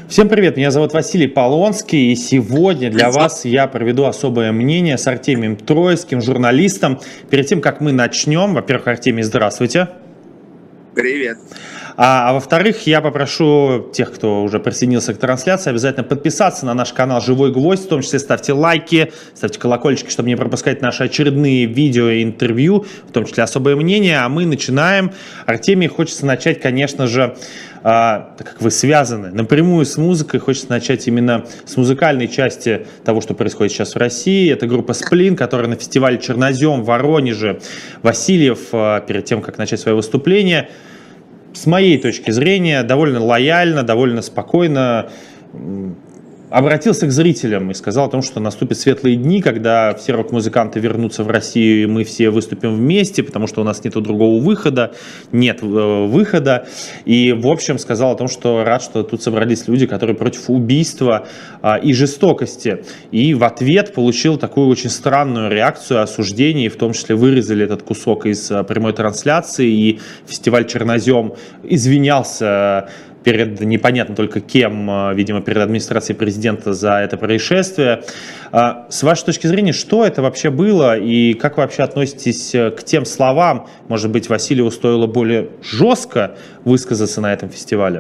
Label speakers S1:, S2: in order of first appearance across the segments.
S1: Всем привет, меня зовут Василий Полонский, и сегодня для вас я проведу особое мнение с Артемием Троицким, журналистом. Перед тем, как мы начнем, во-первых, Артемий, здравствуйте.
S2: Привет.
S1: А во-вторых, я попрошу тех, кто уже присоединился к трансляции, обязательно подписаться на наш канал «Живой гвоздь», в том числе ставьте лайки, ставьте колокольчики, чтобы не пропускать наши очередные видео и интервью, в том числе особое мнение. А мы начинаем. Артемий, хочется начать, конечно же, так как вы связаны напрямую с музыкой, хочется начать именно с музыкальной части того, что происходит сейчас в России. Это группа «Сплин», которая на фестивале «Чернозем» в Воронеже. Васильев, перед тем, как начать свое выступление, с моей точки зрения, довольно лояльно, довольно спокойно обратился к зрителям и сказал о том, что наступят светлые дни, когда все рок-музыканты вернутся в Россию, и мы все выступим вместе, потому что у нас нет другого выхода, нет выхода. И, в общем, сказал о том, что рад, что тут собрались люди, которые против убийства и жестокости. И в ответ получил такую очень странную реакцию, осуждение, и в том числе вырезали этот кусок из прямой трансляции, и фестиваль «Чернозем» извинялся перед непонятно только кем, видимо, перед администрацией президента за это происшествие. С вашей точки зрения, что это вообще было и как вы вообще относитесь к тем словам? Может быть, Васильеву стоило более жестко высказаться на этом фестивале?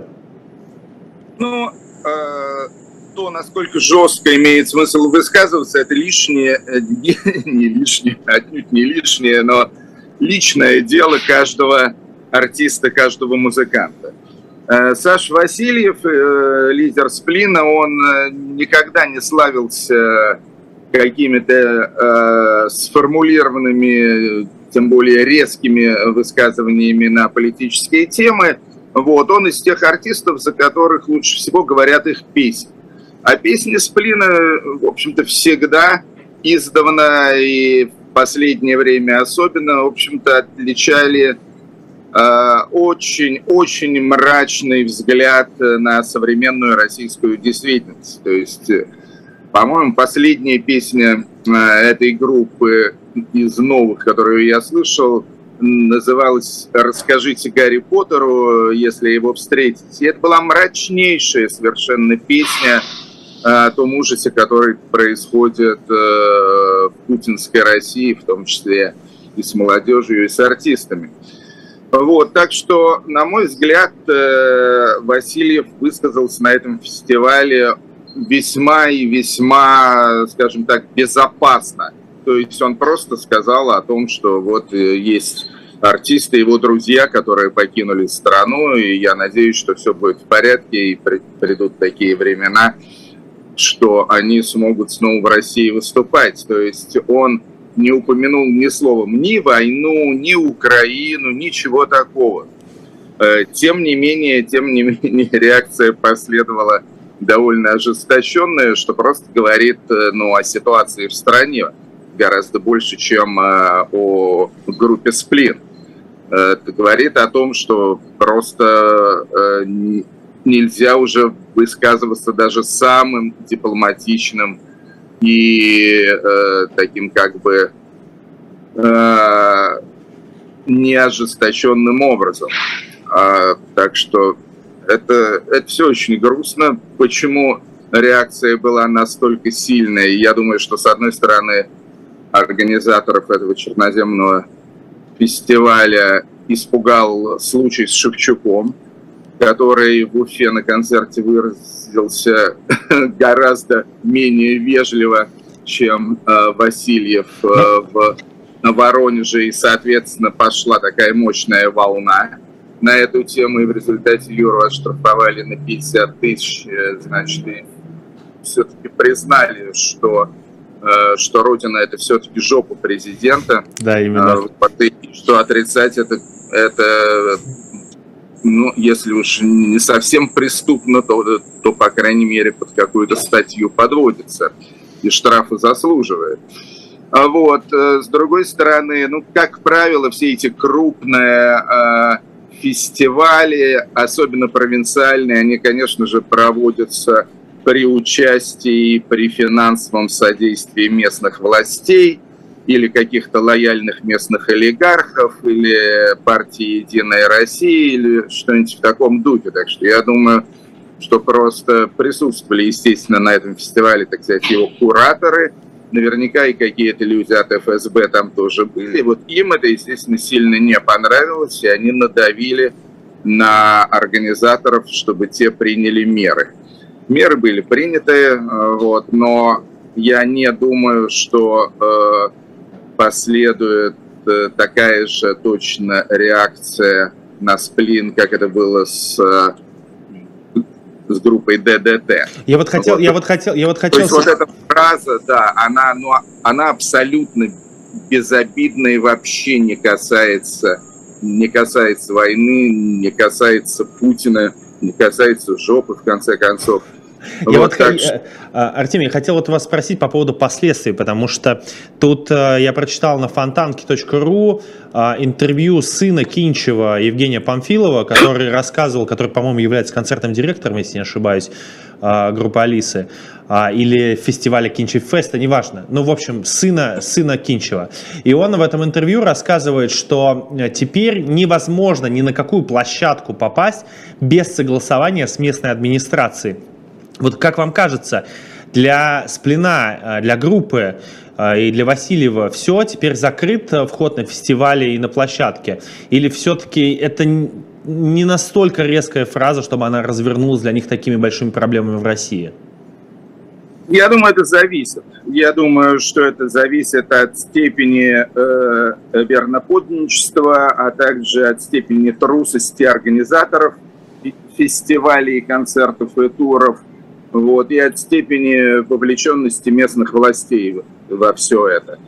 S2: Ну, то, насколько жестко имеет смысл высказываться, это лишнее, не лишнее, отнюдь не лишнее, но личное дело каждого артиста, каждого музыканта. Саша Васильев, лидер «Сплина», он никогда не славился какими-то сформулированными, тем более резкими высказываниями на политические темы. Вот. Он из тех артистов, за которых лучше всего говорят их песни. А песни «Сплина», в общем-то, всегда издавна и в последнее время особенно, в общем-то, отличали очень мрачный взгляд на современную российскую действительность. То есть, по-моему, последняя песня этой группы из новых, которую я слышал, называлась «Расскажите Гарри Поттеру, если его встретите». И это была мрачнейшая совершенно песня о том ужасе, который происходит в путинской России, в том числе и с молодежью, и с артистами. Вот, так что, на мой взгляд, Васильев высказался на этом фестивале весьма и весьма, скажем так, безопасно. То есть он просто сказал о том, что вот есть артисты, его друзья, которые покинули страну, и я надеюсь, что все будет в порядке, и придут такие времена, что они смогут снова в России выступать. То есть он не упомянул ни словом ни войну, ни Украину, ничего такого. Тем не менее, реакция последовала довольно ожесточенная, что просто говорит о ситуации в стране гораздо больше, чем о группе «Сплин». Это говорит о том, что просто нельзя уже высказываться даже самым дипломатичным и таким как бы неожесточенным образом. Так что это все очень грустно. Почему реакция была настолько сильная? Я думаю, что, с одной стороны, организаторов этого черноземного фестиваля испугал случай с Шевчуком, который в Уфе на концерте выразился гораздо менее вежливо, чем Васильев в Воронеже, и, соответственно, пошла такая мощная волна на эту тему, и в результате Юру оштрафовали на 50 тысяч, значит, и все-таки признали, что Родина — это все-таки жопа президента.
S1: Да, именно.
S2: Что отрицать это если уж не совсем преступно, то, по крайней мере, под какую-то статью подводится и штрафы заслуживает. Вот. С другой стороны, как правило, все эти крупные фестивали, особенно провинциальные, они, конечно же, проводятся при участии, при финансовом содействии местных властей или каких-то лояльных местных олигархов, или партии «Единая Россия», или что-нибудь в таком духе. Так что я думаю, что просто присутствовали, естественно, на этом фестивале, так сказать, его кураторы, наверняка и какие-то люди от ФСБ там тоже были. Вот им это, естественно, сильно не понравилось, и они надавили на организаторов, чтобы те приняли меры. Меры были приняты, вот, но я не думаю, что последует такая же точно реакция на сплин, как это было с группой ДДТ.
S1: Я вот хотел... То есть
S2: вот эта фраза, да, она абсолютно безобидна и вообще не касается войны, не касается Путина, не касается жопы, в конце концов.
S1: Артемий, я хотел вас спросить по поводу последствий, потому что тут я прочитал на фонтанке.ру интервью сына Кинчева Евгения Памфилова, который рассказывал, который, по-моему, является концертным директором, если не ошибаюсь, группы Алисы, или фестиваля Кинчев Феста, неважно. Ну, в общем, сына Кинчева. И он в этом интервью рассказывает, что теперь невозможно ни на какую площадку попасть без согласования с местной администрацией. Вот как вам кажется, для Сплина, для группы и для Васильева все теперь закрыт вход на фестивали и на площадке? Или все-таки это не настолько резкая фраза, чтобы она развернулась для них такими большими проблемами в России?
S2: Я думаю, это зависит. Я думаю, что это зависит от степени верноподданничества, а также от степени трусости организаторов фестивалей, концертов и туров. Вот, и от степени вовлеченности местных властей во все это.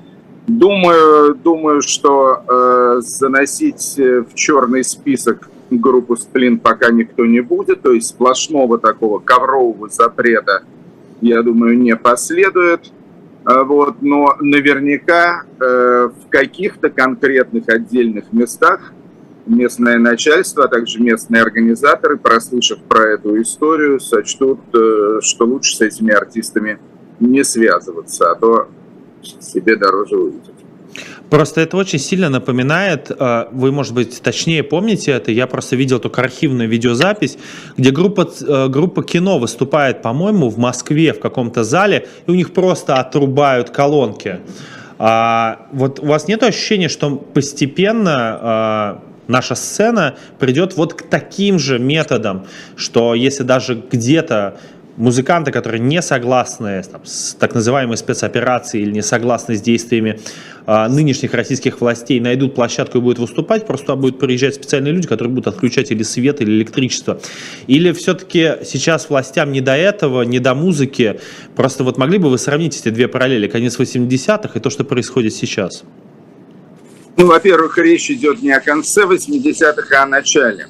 S2: Думаю, что заносить в черный список группу «Сплин» пока никто не будет, то есть сплошного такого коврового запрета, я думаю, не последует. Вот, но наверняка в каких-то конкретных отдельных местах местное начальство, а также местные организаторы, прослышав про эту историю, сочтут, что лучше с этими артистами не связываться, а то себе дороже выйдет.
S1: Просто это очень сильно напоминает, вы, может быть, точнее помните это, я просто видел только архивную видеозапись, где группа кино выступает, по-моему, в Москве в каком-то зале, и у них просто отрубают колонки. Вот у вас нет ощущения, что постепенно наша сцена придет вот к таким же методам, что если даже где-то музыканты, которые не согласны с так называемой спецоперацией или не согласны с действиями нынешних российских властей, найдут площадку и будут выступать, просто будут приезжать специальные люди, которые будут отключать или свет, или электричество. Или все-таки сейчас властям не до этого, не до музыки? Просто вот могли бы вы сравнить эти две параллели, конец 80-х и то, что происходит сейчас?
S2: Ну, во-первых, речь идет не о конце 80-х, а о начале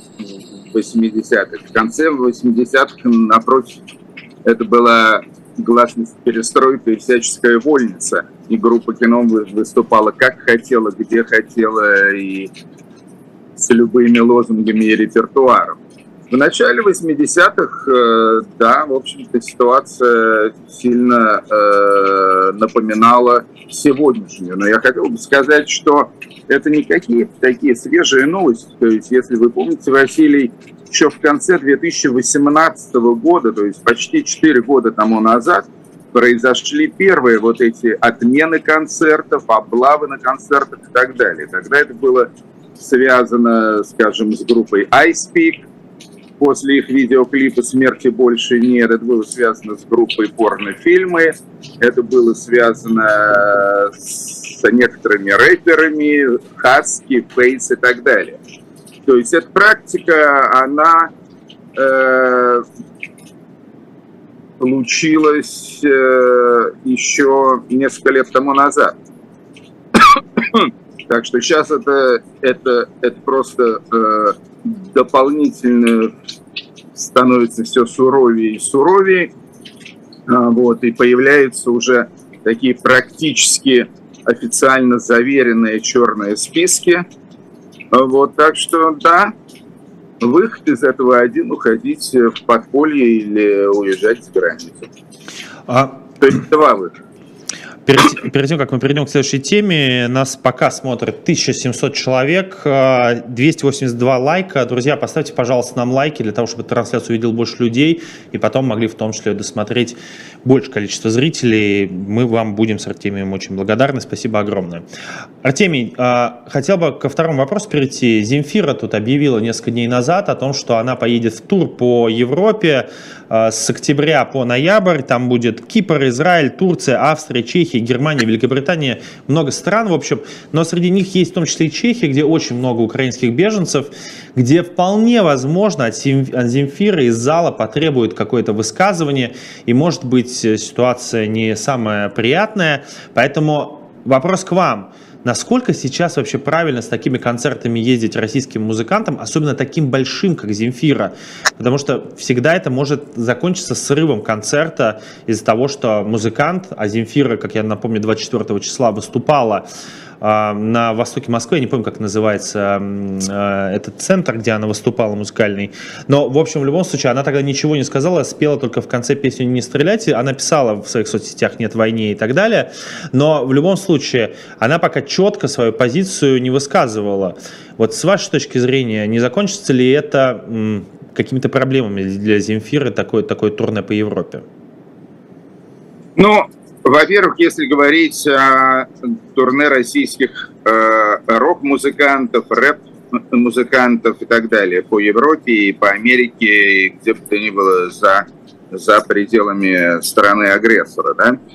S2: 80-х. В конце 80-х, напротив, это была гласность перестройка и всяческая вольница. И группа кино выступала как хотела, где хотела, и с любыми лозунгами и репертуаром. В начале 80-х, да, в общем-то, ситуация сильно напоминала сегодняшнюю. Но я хотел бы сказать, что это не какие-то такие свежие новости. То есть, если вы помните, Василий, еще в конце 2018 года, то есть почти 4 года тому назад, произошли первые вот эти отмены концертов, облавы на концертах и так далее. Тогда это было связано, скажем, с группой Ice Peak. После их видеоклипа «Смерти больше нет», это было связано с группой «Порнофильмы», это было связано с некоторыми рэперами, Хаски, Фейс и так далее. То есть эта практика, она получилась еще несколько лет тому назад. Так что сейчас это просто дополнительно становится все суровее и суровее. Вот, и появляются уже такие практически официально заверенные черные списки. Вот, так что, да, выход из этого один — уходить в подполье или уезжать за границу. То есть два выхода.
S1: Перед тем, как мы перейдем к следующей теме, нас пока смотрит 1700 человек, 282 лайка. Друзья, поставьте, пожалуйста, нам лайки для того, чтобы трансляцию увидел больше людей, и потом могли в том числе досмотреть большее количество зрителей. Мы вам будем с Артемием очень благодарны. Спасибо огромное. Артемий, хотел бы ко второму вопросу перейти. Земфира тут объявила несколько дней назад о том, что она поедет в тур по Европе с октября по ноябрь. Там будет Кипр, Израиль, Турция, Австрия, Чехия, Германия, Великобритания, много стран, в общем. Но среди них есть в том числе и Чехия, где очень много украинских беженцев, где вполне возможно от Земфиры из зала потребует какое-то высказывание, и может быть ситуация не самая приятная. Поэтому вопрос к вам. Насколько сейчас вообще правильно с такими концертами ездить российским музыкантам, особенно таким большим, как Земфира? Потому что всегда это может закончиться срывом концерта из-за того, что музыкант, а Земфира, как я напомню, 24 числа выступала на востоке Москвы, я не помню, как называется этот центр, где она выступала, музыкальный. Но, в общем, в любом случае, она тогда ничего не сказала, спела только в конце песню «Не стреляйте». Она писала в своих соцсетях «Нет войне» и так далее. Но, в любом случае, она пока четко свою позицию не высказывала. Вот с вашей точки зрения, не закончится ли это какими-то проблемами для Земфиры, такое турне по Европе?
S2: Ну, во-первых, если говорить о турне российских рок-музыкантов, рэп-музыкантов и так далее по Европе и по Америке, и где бы то ни было за пределами страны-агрессора,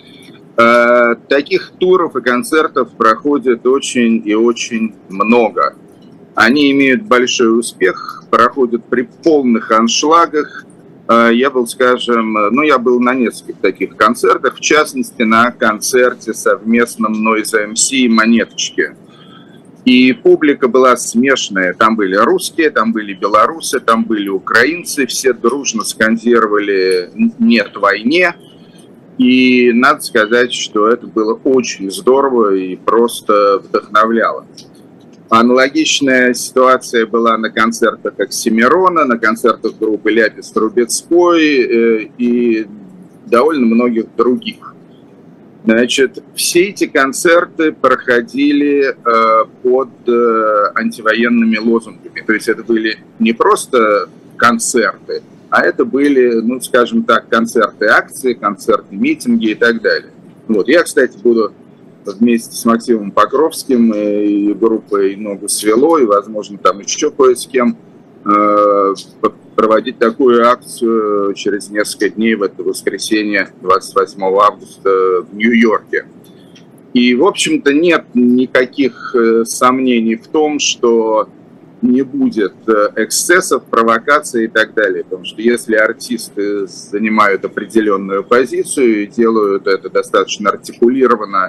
S2: да, таких туров и концертов проходит очень и очень много. Они имеют большой успех, проходят при полных аншлагах. Я был, я был на нескольких таких концертах, в частности, на концерте совместном Noise MC и Монеточки. И публика была смешанная. Там были русские, там были белорусы, там были украинцы. Все дружно скандировали «Нет войне». И надо сказать, что это было очень здорово и просто вдохновляло. Аналогичная ситуация была на концертах Оксимирона, на концертах группы Ляпис Трубецкой и довольно многих других. Значит, все эти концерты проходили под антивоенными лозунгами. То есть это были не просто концерты, а это были, ну, скажем так, концерты акции, концерты митинги и так далее. Вот. Я, кстати, буду вместе с Максимом Покровским и группой «Ногу свело», и, возможно, там еще кое с кем проводить такую акцию через несколько дней в это воскресенье, 28 августа в Нью-Йорке. И, в общем-то, нет никаких сомнений в том, что не будет эксцессов, провокаций и так далее. Потому что если артисты занимают определенную позицию и делают это достаточно артикулированно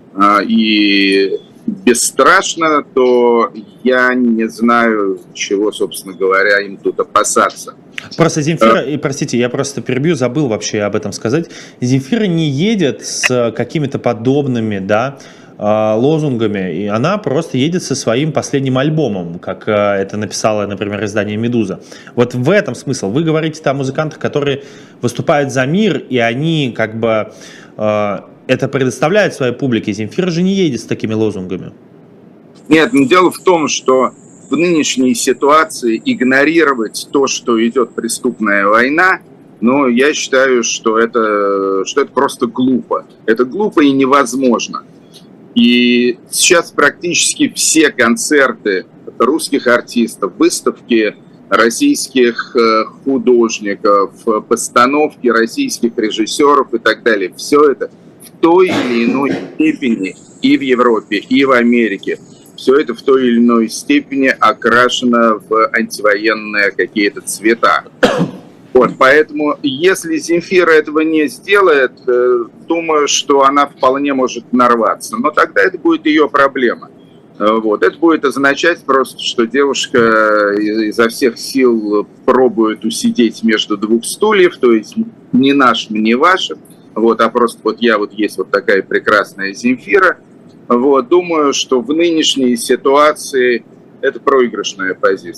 S2: и бесстрашно, то я не знаю, чего, собственно говоря, им тут опасаться.
S1: Просто Земфира, и простите, я просто перебью, забыл вообще об этом сказать. Земфира не едет с какими-то подобными, да, лозунгами, и она просто едет со своим последним альбомом, как это написало, например, издание «Медуза». Вот в этом смысл. Вы говорите о музыкантах, которые выступают за мир, и они как бы это предоставляют своей публике. Земфира же не едет с такими лозунгами.
S2: Нет, но дело в том, что в нынешней ситуации игнорировать то, что идет преступная война, но я считаю, что это просто глупо. Это глупо и невозможно. И сейчас практически все концерты русских артистов, выставки российских художников, постановки российских режиссеров и так далее, все это в той или иной степени и в Европе, и в Америке, все это в той или иной степени окрашено в антивоенные какие-то цвета. Вот, поэтому, если Земфира этого не сделает, думаю, что она вполне может нарваться. Но тогда это будет ее проблема. Вот. Это будет означать просто, что девушка изо всех сил пробует усидеть между двух стульев, то есть не нашим, не вашим, вот, а просто вот есть вот такая прекрасная Земфира. Вот. Думаю, что в нынешней ситуации это проигрышная позиция.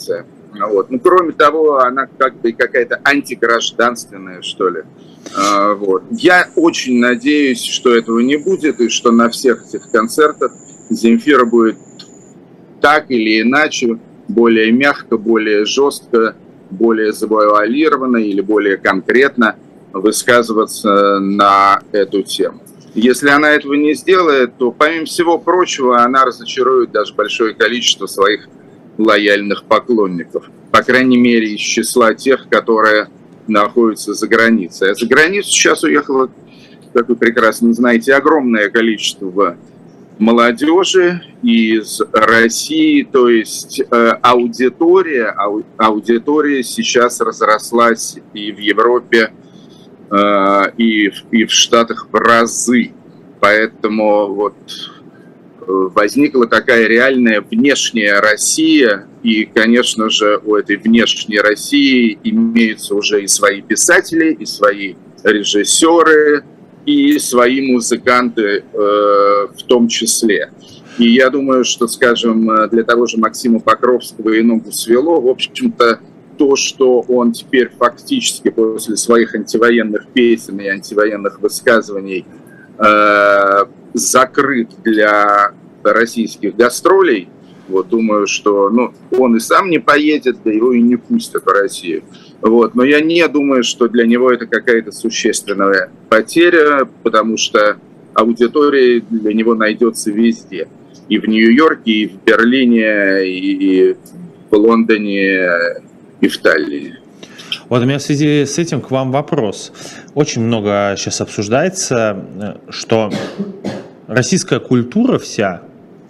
S2: Вот. Ну, кроме того, она как бы какая-то антигражданственная, что ли. Вот. Я очень надеюсь, что этого не будет, и что на всех этих концертах Земфира будет так или иначе, более мягко, более жестко, более завуалированно или более конкретно высказываться на эту тему. Если она этого не сделает, то, помимо всего прочего, она разочарует даже большое количество своих лояльных поклонников. По крайней мере, из числа тех, которые находятся за границей. А за границу сейчас уехало, как вы прекрасно знаете, огромное количество молодежи из России. То есть аудитория сейчас разрослась и в Европе, и в Штатах в разы. Поэтому вот возникла такая реальная внешняя Россия, и, конечно же, у этой внешней России имеются уже и свои писатели, и свои режиссеры, и свои музыканты в том числе. И я думаю, что, скажем, для того же Максима Покровского и ногу свело, в общем-то, то, что он теперь фактически после своих антивоенных песен и антивоенных высказываний закрыт для российских гастролей. Вот, думаю, что он и сам не поедет, да его и не пустят в Россию. Вот, но я не думаю, что для него это какая-то существенная потеря, потому что аудитория для него найдется везде. И в Нью-Йорке, и в Берлине, и в Лондоне, и в Таллине.
S1: Вот у меня в связи с этим к вам вопрос. Очень много сейчас обсуждается, что российская культура вся,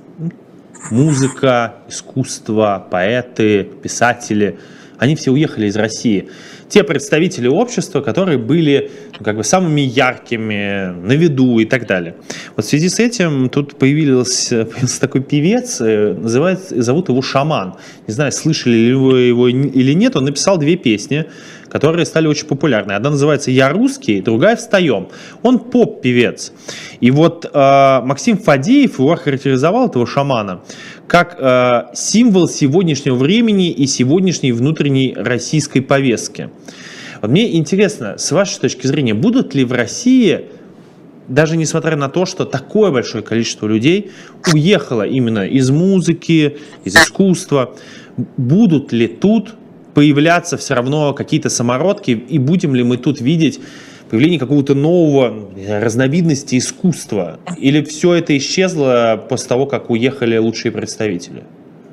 S1: музыка, искусство, поэты, писатели, они все уехали из России. Те представители общества, которые были самыми яркими, на виду и так далее. Вот в связи с этим тут появился такой певец, зовут его Шаман. Не знаю, слышали ли вы его или нет, он написал 2 песни, которые стали очень популярны. Одна называется «Я русский», другая «Встаем». Он поп-певец. И вот Максим Фадеев его охарактеризовал, этого Шамана, как символ сегодняшнего времени и сегодняшней внутренней российской повестки. Вот мне интересно, с вашей точки зрения, будут ли в России, даже несмотря на то, что такое большое количество людей уехало именно из музыки, из искусства, будут ли тут появляться все равно какие-то самородки, и будем ли мы тут видеть появление какого-то нового разновидности искусства? Или все это исчезло после того, как уехали лучшие представители?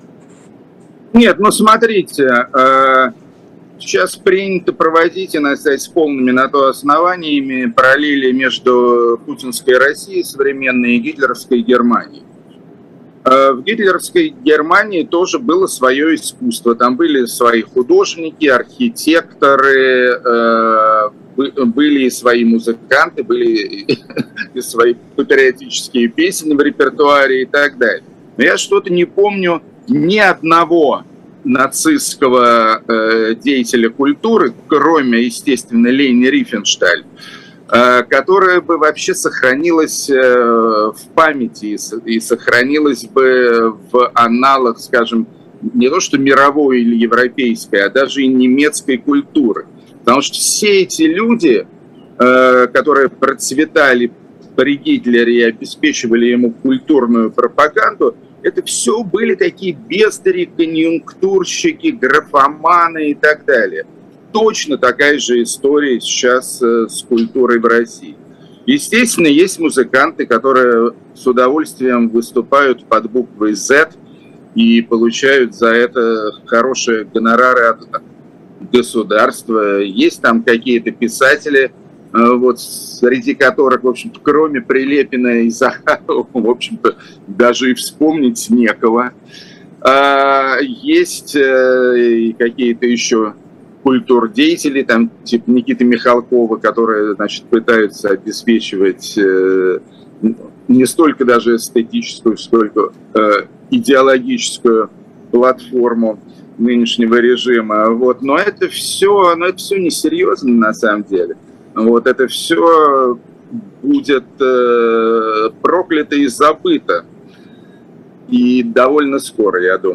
S2: Нет, смотрите, сейчас принято проводить, иногда с полными на то основаниями, параллели между путинской Россией современной и гитлеровской Германией. В гитлеровской Германии тоже было свое искусство. Там были свои художники, архитекторы, были и свои музыканты, были и свои патриотические песни в репертуаре и так далее. Но я что-то не помню ни одного нацистского деятеля культуры, кроме, естественно, Лени Рифеншталь, которая бы вообще сохранилась в памяти и сохранилась бы в аналах, скажем, не то что мировой или европейской, а даже и немецкой культуры. Потому что все эти люди, которые процветали при Гитлере и обеспечивали ему культурную пропаганду, это все были такие бездари, конъюнктурщики, графоманы и так далее. Точно такая же история сейчас с культурой в России. Естественно, есть музыканты, которые с удовольствием выступают под буквой Z и получают за это хорошие гонорары от государства. Есть там какие-то писатели, вот, среди которых, в общем-то, кроме Прилепина и Захарова, в общем-то, даже и вспомнить некого. Есть и какие-то еще культурдеятели, там, типа Никиты Михалкова, которые, значит, пытаются обеспечивать не столько даже эстетическую, сколько идеологическую платформу нынешнего режима. Вот. Но это все несерьезно на самом деле. Вот. Это все будет проклято и забыто. И довольно скоро, я думаю.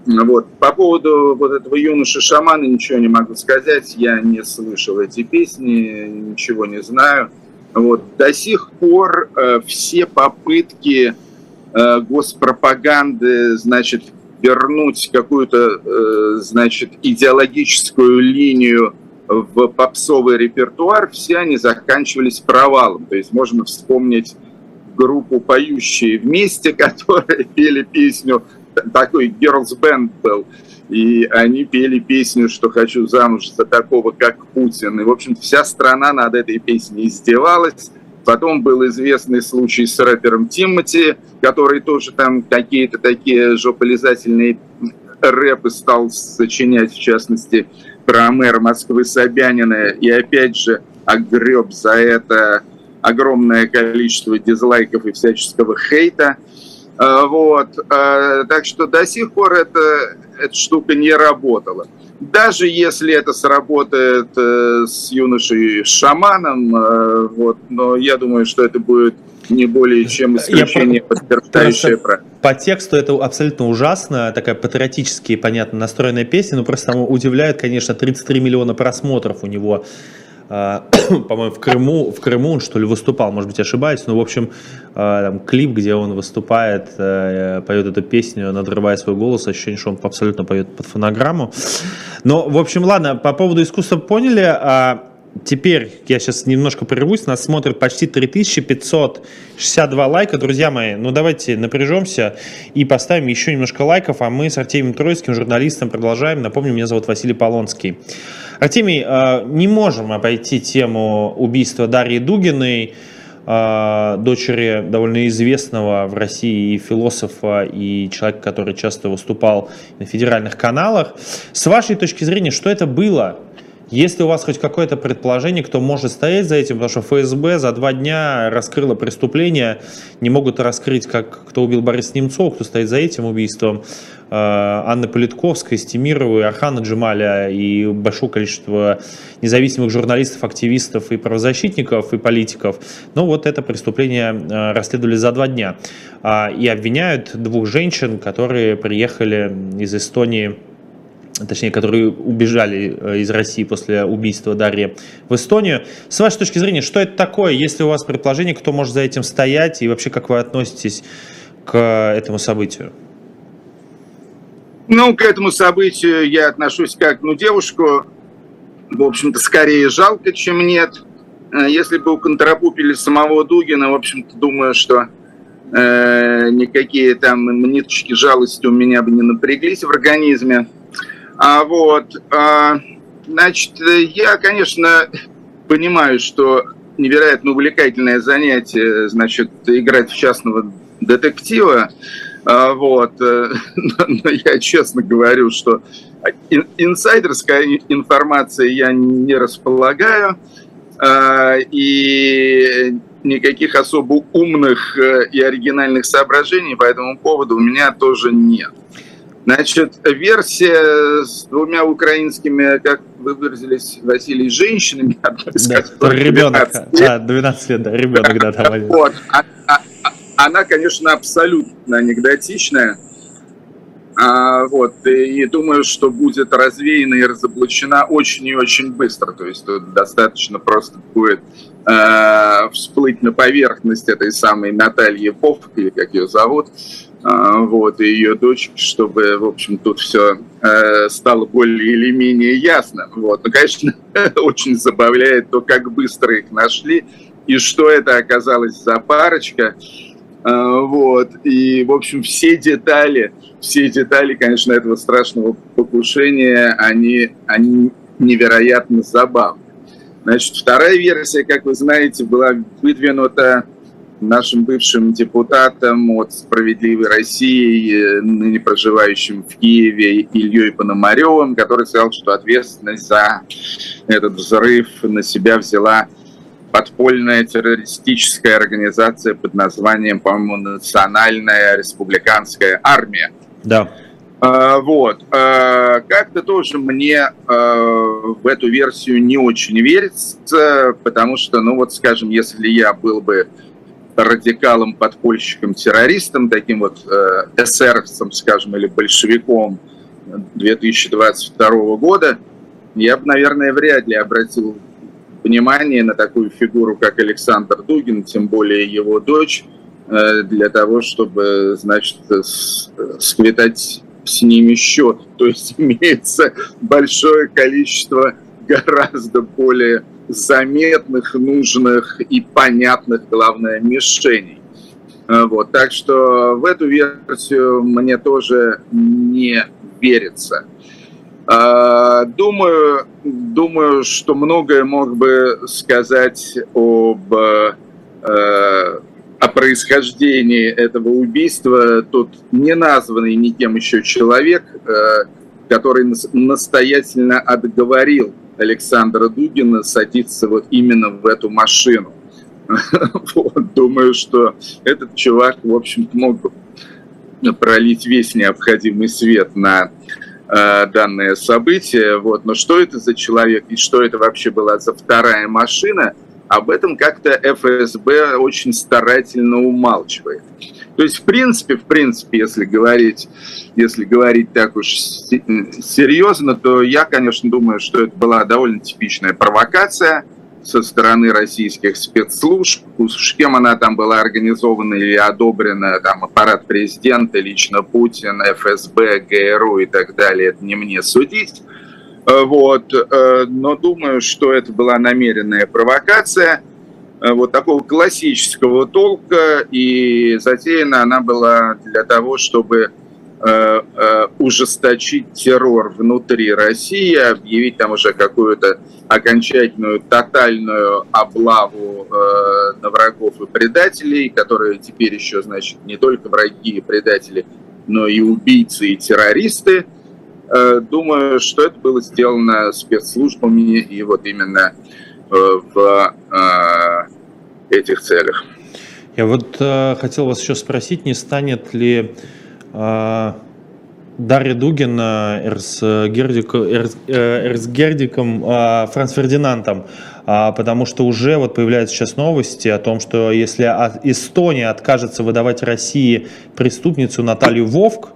S2: Вот. По поводу вот этого юноши-шамана ничего не могу сказать. Я не слышал эти песни, ничего не знаю. Вот. До сих пор все попытки госпропаганды, значит, вернуть какую-то, значит, идеологическую линию в попсовый репертуар, все они заканчивались провалом. То есть можно вспомнить группу «Поющие вместе», которые пели песню, такой girls band был, и они пели песню, что «Хочу замуж за такого, как Путин». И, в общем, вся страна над этой песней издевалась. Потом был известный случай с рэпером Тимати, который тоже там какие-то такие жополизательные рэпы стал сочинять, в частности, про мэра Москвы Собянина, и опять же огреб за это огромное количество дизлайков и всяческого хейта. Вот. Так что до сих пор эта штука не работала. Даже если это сработает с юношей-шаманом, вот, но я думаю, что это будет не более чем исключение, подтверждающее про...
S1: По тексту это абсолютно ужасно, такая патриотически, понятно, настроенная песня, но просто там удивляет, конечно, 33 миллиона просмотров у него. По-моему, в Крыму он, что ли, выступал, может быть, ошибаюсь, но, в общем, там клип, где он выступает, поет эту песню, надрывая свой голос, ощущение, что он абсолютно поет под фонограмму. Но, в общем, ладно, по поводу искусства поняли. Теперь я сейчас немножко прервусь, нас смотрит почти 3562 лайка. Друзья мои, ну давайте напряжемся и поставим еще немножко лайков, а мы с Артемием Троицким, журналистом, продолжаем. Напомню, меня зовут Василий Полонский. Артемий, не можем обойти тему убийства Дарьи Дугиной, дочери довольно известного в России и философа, и человека, который часто выступал на федеральных каналах. С вашей точки зрения, что это было? Есть ли у вас хоть какое-то предположение, кто может стоять за этим? Потому что ФСБ за 2 дня раскрыло преступление, не могут раскрыть, кто убил Бориса Немцова, кто стоит за этим убийством. Анны Политковской, Стемировой, Архана Джемаля и большое количество независимых журналистов, активистов и правозащитников, и политиков. Но вот это преступление расследовали за 2 дня. И обвиняют 2 женщин, которые приехали из Эстонии, точнее, которые убежали из России после убийства Дарьи в Эстонию. С вашей точки зрения, что это такое? Есть ли у вас предположение, кто может за этим стоять? И вообще, как вы относитесь к этому событию?
S2: Ну, к этому событию я отношусь как, девушку, в общем-то, скорее жалко, чем нет. Если бы уконтропупили самого Дугина, в общем-то, думаю, что никакие там ниточки жалости у меня бы не напряглись в организме. Значит, я, конечно, понимаю, что невероятно увлекательное занятие, значит, играть в частного детектива, но я честно говорю, что инсайдерской информацией я не располагаю, и никаких особо умных и оригинальных соображений по этому поводу у меня тоже нет. Значит, версия с 2 украинскими, как вы выразились, Василий, женщинами,
S1: ребенок, 12 лет, да, ребенок, да, там.
S2: Вот, она, конечно, абсолютно анекдотичная, и думаю, что будет развеяна и разоблачена очень и очень быстро, то есть тут достаточно просто будет всплыть на поверхность этой самой Натальи Попф, или как ее зовут, и ее дочки, чтобы, в общем, тут все стало более или менее ясно. Но, конечно, очень забавляет то, как быстро их нашли, и что это оказалось за парочка. И, в общем, все детали, конечно, этого страшного покушения, они невероятно забавны. Значит, вторая версия, как вы знаете, была выдвинута нашим бывшим депутатом от «Справедливой России», ныне проживающим в Киеве, Ильей Пономаревым, который сказал, что ответственность за этот взрыв на себя взяла подпольная террористическая организация под названием, по-моему, Национальная республиканская армия.
S1: Да.
S2: Как-то тоже мне в эту версию не очень верится, потому что, скажем, если я был бы радикалом, подпольщиком, террористом, таким эсеровцем, скажем, или большевиком, 2022 года, я бы, наверное, вряд ли обратил внимание на такую фигуру, как Александр Дугин, тем более его дочь, для того, чтобы, значит, сквитать с ними счет. То есть имеется большое количество гораздо более заметных, нужных и понятных, главное, мишеней. Вот. Так что в эту версию мне тоже не верится. Думаю, что многое мог бы сказать о происхождении этого убийства тот не названный никем еще человек, который настоятельно отговорил Александра Дугина садиться вот именно в эту машину. Вот, думаю, что этот чувак, в общем-то, мог бы пролить весь необходимый свет на данное событие. Вот. Но что это за человек и что это вообще была за вторая машина, об этом как-то ФСБ очень старательно умалчивает. То есть, в принципе, если говорить так уж серьезно, то я, конечно, думаю, что это была довольно типичная провокация со стороны российских спецслужб. Уж кем она там была организована или одобрена, там, аппарат президента, лично Путин, ФСБ, ГРУ и так далее, это не мне судить. Вот. Но думаю, что это была намеренная провокация вот такого классического толка, и затеяна она была для того, чтобы ужесточить террор внутри России, объявить там уже какую-то окончательную, тотальную облаву на врагов и предателей, которые теперь еще, значит, не только враги и предатели, но и убийцы и террористы. Думаю, что это было сделано спецслужбами и вот именно в этих целях.
S1: Я вот хотел вас еще спросить, не станет ли Дарья Дугина эрцгерцогом Франц Фердинандом, потому что уже вот появляются сейчас новости о том, что если Эстония откажется выдавать России преступницу Наталью Вовк,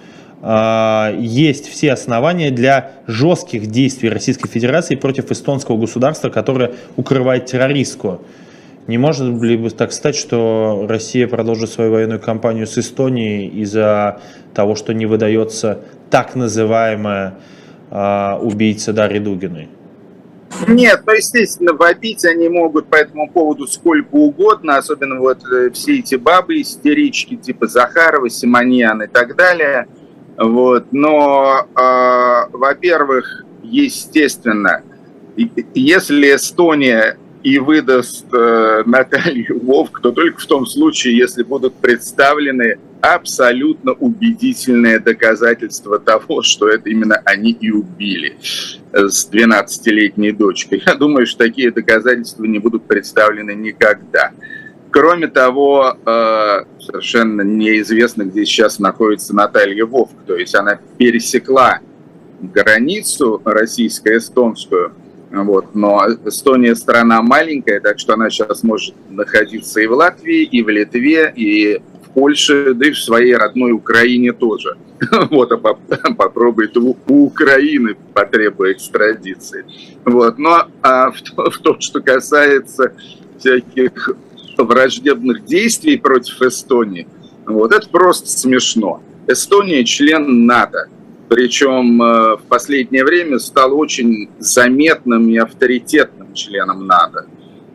S1: есть все основания для жестких действий Российской Федерации против эстонского государства, которое укрывает террористку. Не может ли так стать, что Россия продолжит свою военную кампанию с Эстонией из-за того, что не выдается так называемая убийца Дарьи Дугиной?
S2: Нет, ну, естественно, вопить они могут по этому поводу сколько угодно, особенно вот все эти бабы-истерички типа Захарова, Симоньян и так далее. Вот. Но, во-первых, естественно, если Эстония и выдаст Наталью Вовк, то только в том случае, если будут представлены абсолютно убедительные доказательства того, что это именно они и убили с 12-летней дочкой. Я думаю, что такие доказательства не будут представлены никогда. Кроме того, совершенно неизвестно, где сейчас находится Наталья Вовк. То есть она пересекла границу российско-эстонскую. Вот. Но Эстония страна маленькая, так что она сейчас может находиться и в Латвии, и в Литве, и в Польше, да и в своей родной Украине тоже. Вот, а попробует у Украины потребует экстрадиции. Вот. Но в том, что касается всяких враждебных действий против Эстонии, вот это просто смешно. Эстония член НАТО. Причем в последнее время стал очень заметным и авторитетным членом НАТО.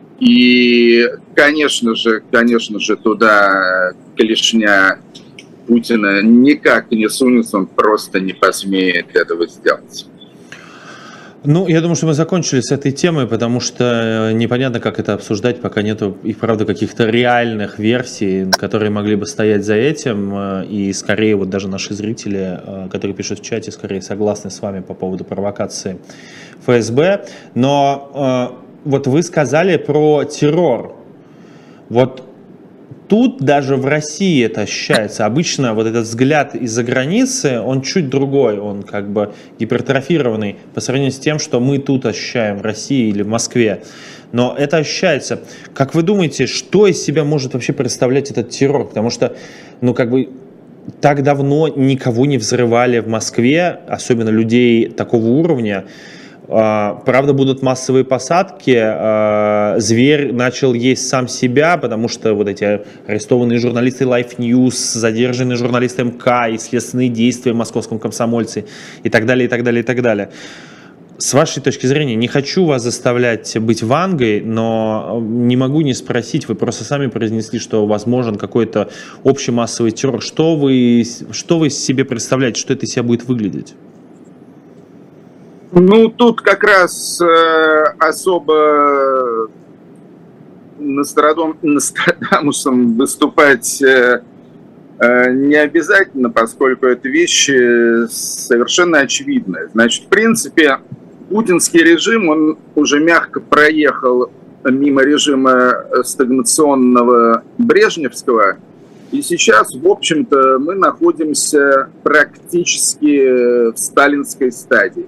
S2: И, конечно же, туда клешня Путина никак не сунется, он просто не посмеет этого сделать.
S1: Ну, я думаю, что мы закончили с этой темой, потому что непонятно, как это обсуждать, пока нету, и правда, каких-то реальных версий, которые могли бы стоять за этим, и скорее вот даже наши зрители, которые пишут в чате, скорее согласны с вами по поводу провокации ФСБ. Но вот вы сказали про террор. Вот тут даже в России это ощущается. Обычно вот этот взгляд из-за границы, он чуть другой, он как бы гипертрофированный по сравнению с тем, что мы тут ощущаем в России или в Москве. Но это ощущается. Как вы думаете, что из себя может вообще представлять этот террор? Потому что, ну как бы, так давно никого не взрывали в Москве, особенно людей такого уровня. Правда, будут массовые посадки. Зверь начал есть сам себя, потому что вот эти арестованные журналисты Life News, задержанные журналисты МК и следственные действия в московском комсомольце и так далее, и так далее, и так далее. С вашей точки зрения, не хочу вас заставлять быть вангой, но не могу не спросить, вы просто сами произнесли, что возможен какой-то общий массовый террор. Что вы себе представляете, что это из себя будет выглядеть?
S2: Ну, тут как раз особо Нострадамусом выступать не обязательно, поскольку это вещи совершенно очевидные. Значит, в принципе, путинский режим, он уже мягко проехал мимо режима стагнационного брежневского, и сейчас, в общем-то, мы находимся практически в сталинской стадии.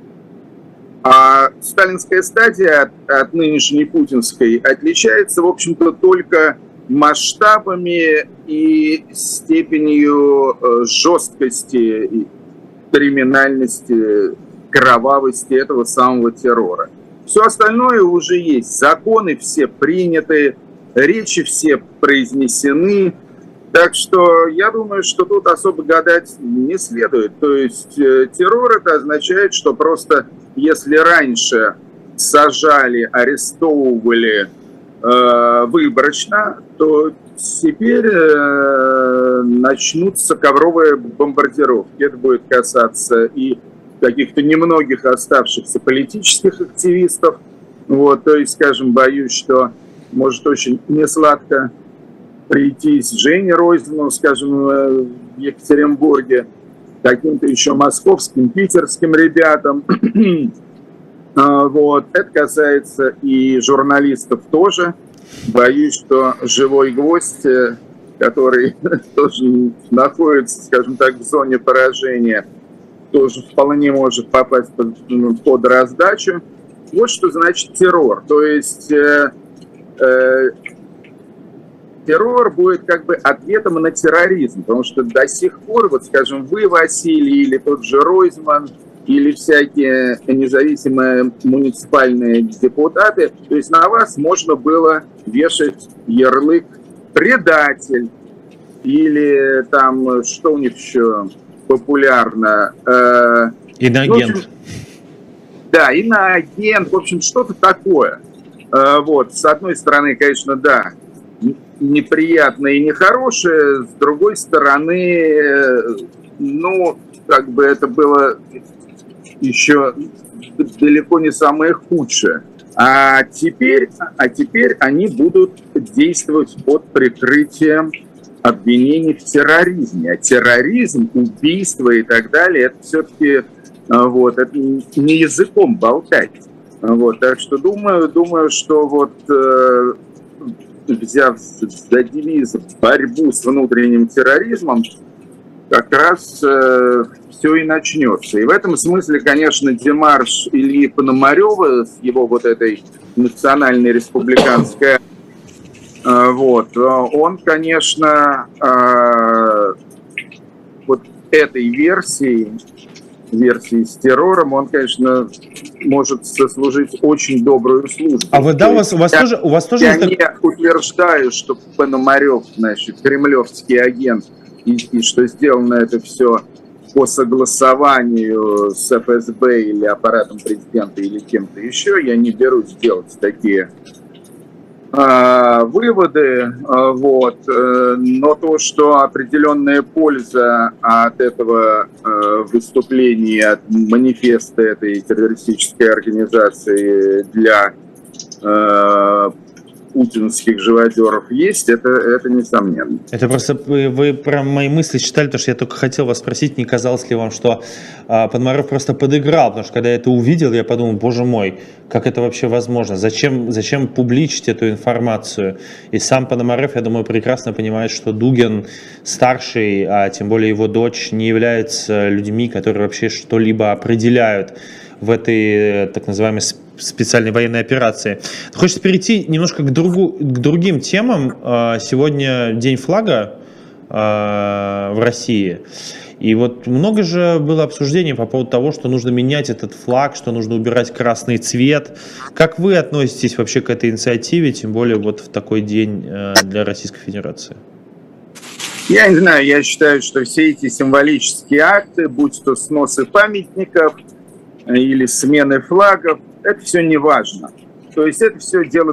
S2: А сталинская стадия от нынешней путинской отличается, в общем-то, только масштабами и степенью жесткости, криминальности, кровавости этого самого террора. Все остальное уже есть. Законы все приняты, речи все произнесены. Так что я думаю, что тут особо гадать не следует. То есть террор это означает, что просто если раньше сажали, арестовывали выборочно, то теперь начнутся ковровые бомбардировки. Это будет касаться и каких-то немногих оставшихся политических активистов. Вот, то есть, скажем, боюсь, что может очень несладко прийтись Жене Ройзману, скажем, в Екатеринбурге, каким-то еще московским, питерским ребятам. Вот. Это касается и журналистов тоже. Боюсь, что «Живой гвоздь», который тоже находится, скажем так, в зоне поражения, тоже вполне может попасть под раздачу. Вот что значит террор. То есть террор будет как бы ответом на терроризм, потому что до сих пор, вот скажем, вы, Василий, или тот же Ройзман, или всякие независимые муниципальные депутаты, то есть на вас можно было вешать ярлык «предатель», или там, что у них еще популярно?
S1: Иноагент.
S2: Да, иноагент, в общем, что-то такое. Вот, с одной стороны, конечно, да, неприятное и нехорошее, с другой стороны, ну, как бы это было еще далеко не самое худшее. А теперь они будут действовать под прикрытием обвинений в терроризме. А терроризм, убийство и так далее, это все-таки вот, это не языком болтать. Вот, так что думаю, что вот взяв за девиз борьбу с внутренним терроризмом, как раз все и начнется. И в этом смысле, конечно, демарш Ильи Пономарева с его вот этой национальной республиканской, вот, он, конечно, вот этой версии с террором, он, конечно, может сослужить очень добрую службу.
S1: А вы, да, у вас тоже...
S2: Я не утверждаю, что Пономарев, значит, кремлевский агент, и что сделано это все по согласованию с ФСБ или аппаратом президента или кем-то еще. Я не берусь делать такие выводы, вот. Но то, что определенная польза от этого выступления, от манифеста этой террористической организации для путинских живодеров есть, это несомненно.
S1: Это просто вы про мои мысли читали, потому что я только хотел вас спросить, не казалось ли вам, что Пономарев просто подыграл, потому что когда я это увидел, я подумал, боже мой, как это вообще возможно? Зачем публичить эту информацию? И сам Пономарев, я думаю, прекрасно понимает, что Дугин старший, а тем более его дочь, не являются людьми, которые вообще что-либо определяют в этой так называемой специальной военной операции. Хочется перейти немножко к другим темам. Сегодня День флага в России. И вот много же было обсуждений по поводу того, что нужно менять этот флаг, что нужно убирать красный цвет. Как вы относитесь вообще к этой инициативе, тем более вот в такой день для Российской Федерации?
S2: Я не знаю, я считаю, что все эти символические акты, будь то сносы памятников или смены флагов, это все не важно. То есть это все дело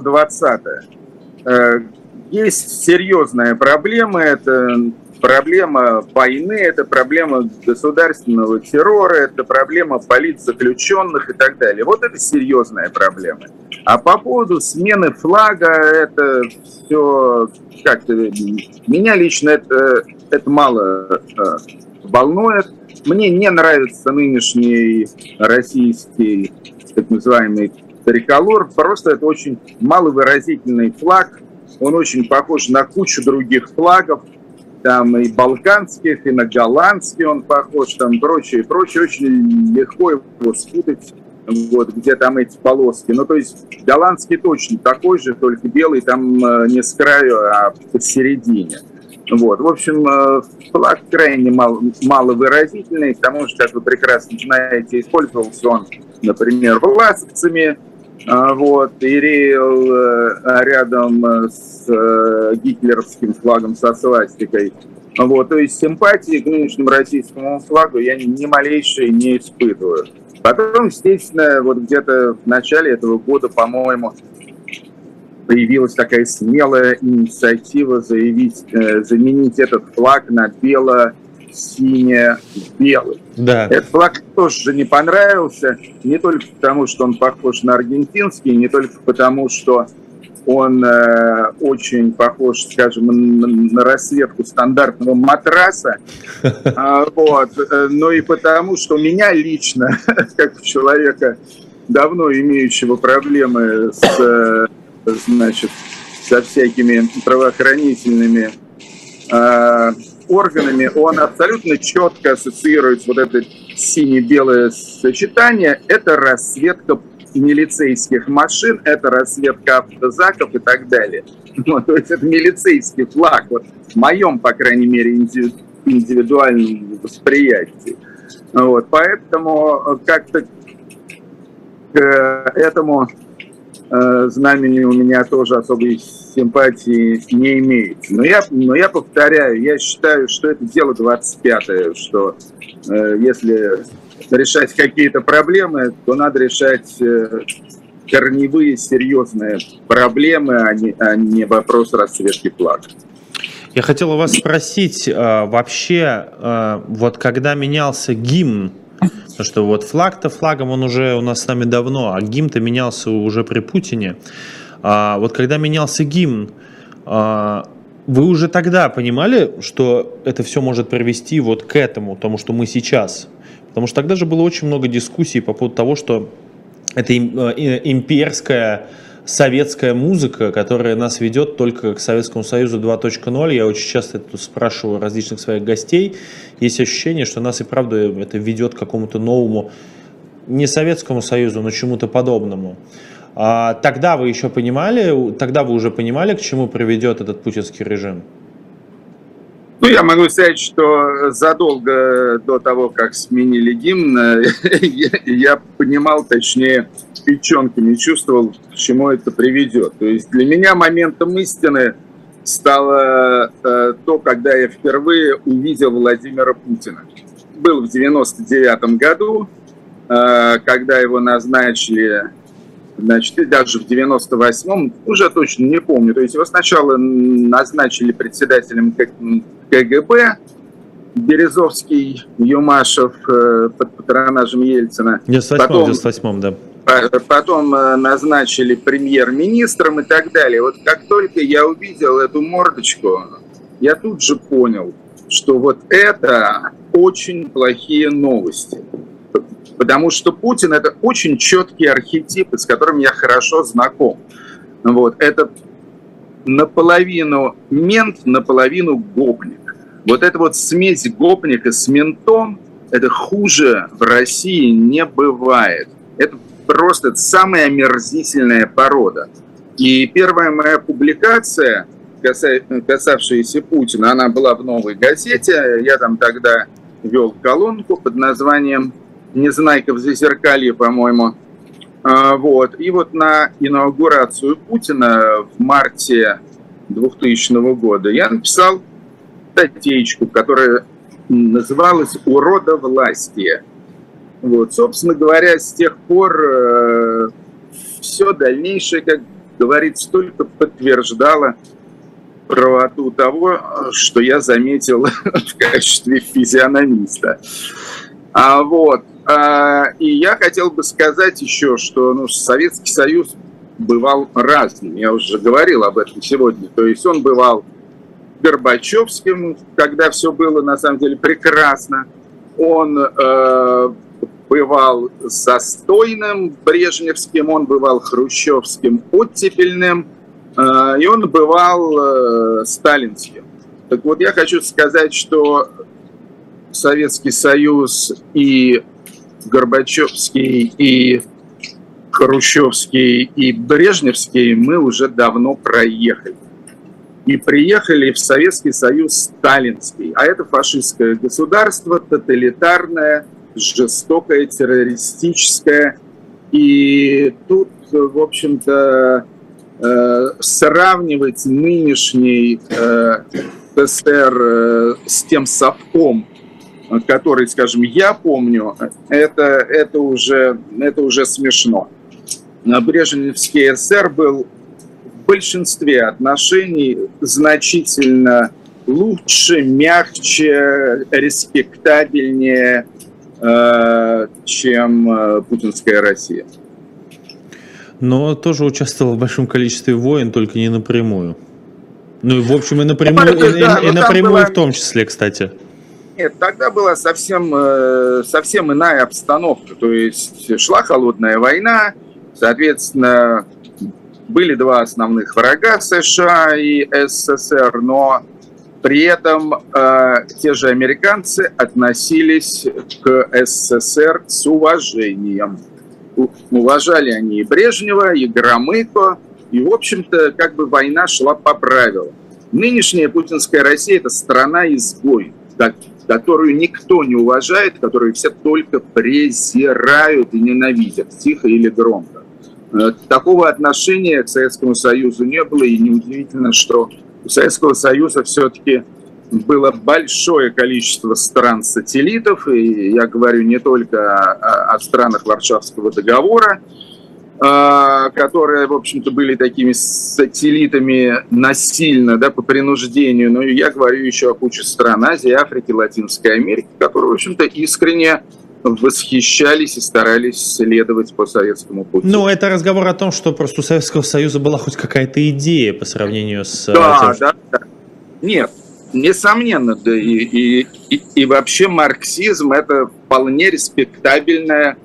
S2: 20-е. Есть серьезная проблема, это проблема войны, это проблема государственного террора, это проблема политзаключенных и так далее. Вот это серьезная проблема. А по поводу смены флага, это все как-то... Меня лично это мало волнует. Мне не нравится нынешний российский так называемый триколор. Просто это очень маловыразительный флаг. Он очень похож на кучу других флагов. Там и балканских, и на голландский он похож, там прочее. Очень легко его спутать, вот, где там эти полоски. Ну, то есть голландский точно такой же, только белый там не с краю, а посередине. Вот. В общем, флаг крайне маловыразительный, к тому же, как вы прекрасно знаете, использовался он, например, власовцами, вот, и реял рядом с гитлеровским флагом со свастикой. Вот, то есть симпатии к нынешнему российскому флагу я ни малейшей не испытываю. Потом, естественно, вот где-то в начале этого года, по-моему, появилась такая смелая инициатива заменить этот флаг на бело-сине-белый.
S1: Да.
S2: Этот флаг тоже не понравился, не только потому, что он похож на аргентинский, не только потому, что он очень похож, скажем, на расцветку стандартного матраса, вот, но и потому, что меня лично, как человека, давно имеющего проблемы со всякими правоохранительными органами, он абсолютно четко ассоциирует вот это сине-белое сочетание. Это расцветка милицейских машин, это расцветка автозаков и так далее. Ну, то есть это милицейский флаг, вот, в моем, по крайней мере, индивидуальном восприятии. Вот, поэтому как-то к этому знамени у меня тоже особой симпатии не имеется. Но я повторяю, я считаю, что это дело 25-е, что если решать какие-то проблемы, то надо решать корневые, серьезные проблемы, а не вопрос расцветки флага.
S1: Я хотел у вас спросить, вообще, вот когда менялся гимн, потому что вот флаг-то флагом, он уже у нас с нами давно, а гимн-то менялся уже при Путине. Вот когда менялся гимн, вы уже тогда понимали, что это все может привести вот к этому, тому, что мы сейчас? Потому что тогда же было очень много дискуссий по поводу того, что это имперская советская музыка, которая нас ведет только к Советскому Союзу 2.0. Я очень часто это спрашиваю различных своих гостей. Есть ощущение, что нас и правда это ведет к какому-то новому, не Советскому Союзу, но чему-то подобному. Тогда вы уже понимали, к чему приведет этот путинский режим?
S2: Ну, я могу сказать, что задолго до того, как сменили гимн, я понимал, точнее, печенками чувствовал, к чему это приведет. То есть для меня моментом истины стало то, когда я впервые увидел Владимира Путина. Был в 99 году, когда его назначили, значит, и даже в 98-м, уже точно не помню. То есть его сначала назначили председателем КГБ, Березовский, Юмашев под патронажем Ельцина.
S1: В 98-м, да.
S2: Потом назначили премьер-министром и так далее. Вот как только я увидел эту мордочку, я тут же понял, что вот это очень плохие новости. Потому что Путин – это очень четкий архетип, с которым я хорошо знаком. Вот. Это наполовину мент, наполовину гопник. Вот эта вот смесь гопника с ментом, это хуже в России не бывает. Это самая омерзительная порода. И первая моя публикация, касавшаяся Путина, она была в «Новой газете». Я там тогда вел колонку под названием «Незнайка в зазеркалье», по-моему. Вот. И вот на инаугурацию Путина в марте 2000 года я написал статейку, которая называлась «Уродовластие». Вот. Собственно говоря, с тех пор все дальнейшее, как говорится, только подтверждало правоту того, что я заметил в качестве физиономиста. И я хотел бы сказать еще, что Советский Союз бывал разным. Я уже говорил об этом сегодня. То есть он бывал горбачевским, когда все было на самом деле прекрасно. Он бывал застойным, брежневским, он бывал хрущевским, оттепельным, и он бывал сталинским. Так вот, я хочу сказать, что Советский Союз и Горбачевский, и Хрущевский, и Брежневский мы уже давно проехали. И приехали в Советский Союз сталинский. А это фашистское государство, тоталитарное, жестокое, террористическое. И тут, в общем-то, сравнивать нынешний СССР с тем совком, который, скажем, я помню, это уже смешно. Брежневский СССР был в большинстве отношений значительно лучше, мягче, респектабельнее, чем путинская Россия.
S1: Но тоже участвовал в большом количестве войн, только не напрямую. Ну и в общем и напрямую, и напрямую в том числе, кстати.
S2: Нет, тогда была совсем иная обстановка. То есть шла холодная война, соответственно, были два основных врага США и СССР, но при этом те же американцы относились к СССР с уважением. Уважали они и Брежнева, и Громыко, и, в общем-то, как бы война шла по правилам. Нынешняя путинская Россия – это страна-изгой, которую никто не уважает, которую все только презирают и ненавидят, тихо или громко. Такого отношения к Советскому Союзу не было, и неудивительно, что у Советского Союза все-таки было большое количество стран-сателлитов, и я говорю не только о странах Варшавского договора, которые, в общем-то, были такими сателлитами насильно, да, по принуждению, но я говорю еще о куче стран Азии, Африки, Латинской Америки, которые, в общем-то, искренне восхищались и старались следовать по советскому пути.
S1: Ну, это разговор о том, что просто у Советского Союза была хоть какая-то идея по сравнению с...
S2: Да. Нет, несомненно, да, и вообще марксизм – это вполне респектабельное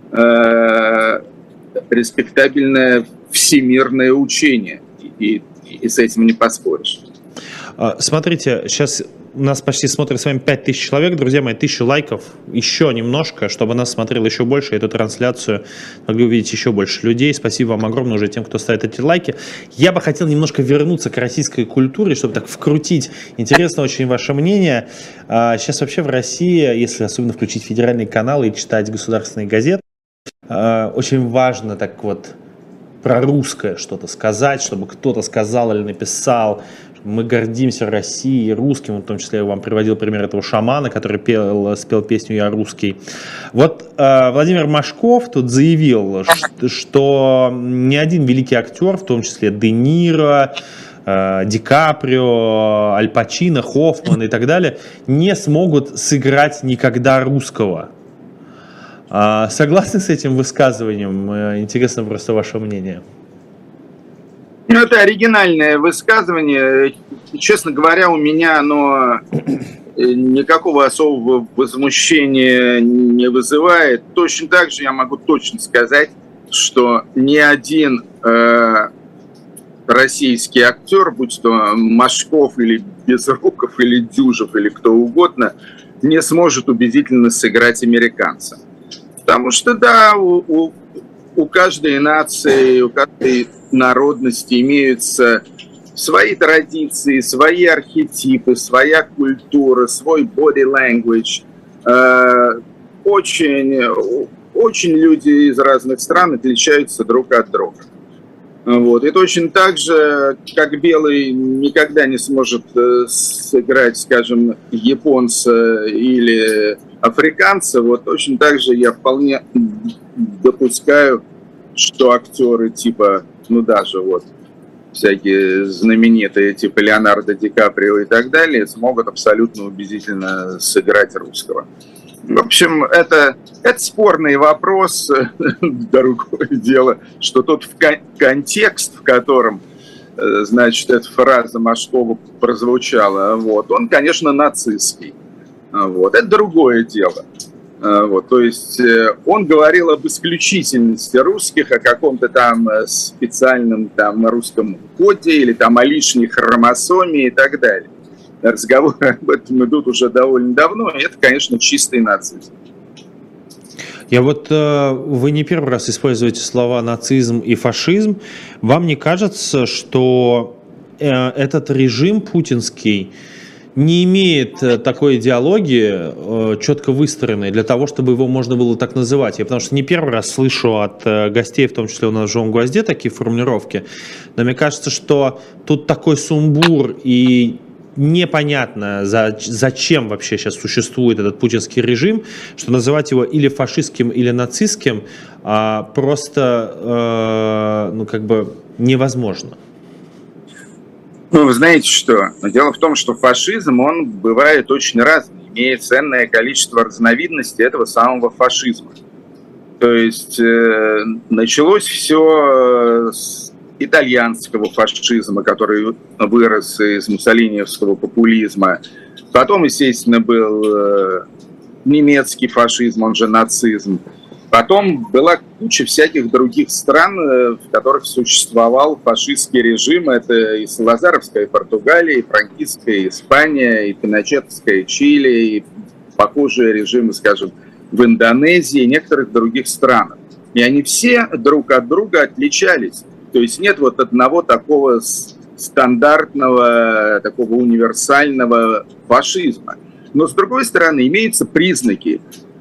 S2: всемирное учение, и с этим не поспоришь.
S1: Смотрите, сейчас нас почти смотрит с вами 5000 человек, друзья мои, 1000 лайков, еще немножко, чтобы нас смотрело еще больше, эту трансляцию могли увидеть еще больше людей. Спасибо вам огромное уже тем, кто ставит эти лайки. Я бы хотел немножко вернуться к российской культуре, чтобы так вкрутить. Интересно очень ваше мнение. Сейчас вообще в России, если особенно включить федеральные каналы и читать государственные газеты, очень важно так вот про русское что-то сказать, чтобы кто-то сказал или написал. Мы гордимся Россией, русским, в том числе я вам приводил пример этого шамана, который спел песню «Я русский». Вот Владимир Машков тут заявил, что ни один великий актер, в том числе Де Ниро, Ди Каприо, Аль Пачино, Хоффман и так далее, не смогут сыграть никогда русского. Согласны с этим высказыванием? Интересно просто ваше мнение.
S2: Ну, это оригинальное высказывание. Честно говоря, у меня оно никакого особого возмущения не вызывает. Точно так же я могу точно сказать, что ни один российский актер, будь то Машков или Безруков или Дюжев или кто угодно, не сможет убедительно сыграть американца. Потому что, да, у каждой нации, у каждой народности имеются свои традиции, свои архетипы, своя культура, свой body language. Очень люди из разных стран отличаются друг от друга. Вот. И точно так же, как белый никогда не сможет сыграть, скажем, японца или африканца, вот точно так же я вполне допускаю, что актеры типа, ну даже вот всякие знаменитые, типа Леонардо Ди Каприо и так далее, смогут абсолютно убедительно сыграть русского. В общем, это спорный вопрос. Другое дело, что тот контекст, в котором, значит, эта фраза Машкова прозвучала, вот, он, конечно, нацистский. Вот, это другое дело. Вот, то есть он говорил об исключительности русских, о каком-то там специальном там русском коде или там о лишней хромосоме и так далее. Разговоры об этом идут уже довольно давно, и это, конечно, чистый нацизм.
S1: Вы не первый раз используете слова нацизм и фашизм. Вам не кажется, что этот режим путинский не имеет такой идеологии четко выстроенной для того, чтобы его можно было так называть? Я потому что не первый раз слышу от гостей, в том числе у нас в «Живом гвозде», такие формулировки. Но мне кажется, что тут такой сумбур и непонятно, зачем вообще сейчас существует этот путинский режим, что называть его или фашистским, или нацистским просто невозможно.
S2: Ну, вы знаете что? Дело в том, что фашизм, он бывает очень разный, имеет ценное количество разновидностей этого самого фашизма. То есть началось все с итальянского фашизма, который вырос из муссолиниевского популизма. Потом, естественно, был немецкий фашизм, он же нацизм. Потом была куча всяких других стран, в которых существовал фашистский режим. Это и Салазаровская Португалия, и франкистская Испания, и пиночетовская Чили, и похожие режимы, скажем, в Индонезии и некоторых других странах. И они все друг от друга отличались. То есть нет вот одного такого стандартного, такого универсального фашизма. Но, с другой стороны, имеются признаки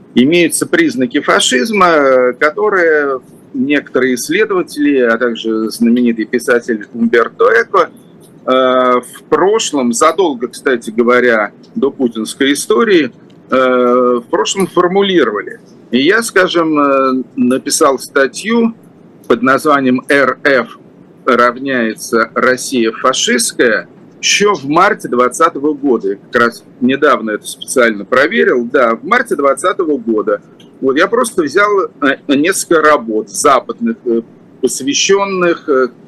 S2: фашизма, которые некоторые исследователи, а также знаменитый писатель Умберто Эко в прошлом, задолго, кстати говоря, до путинской истории, в прошлом формулировали. И я, скажем, написал статью под названием «РФ равняется Россия фашистская» еще в марте 2020 года. Я как раз недавно это специально проверил. Да, в марте 2020 года. Вот я просто взял несколько работ западных, посвященных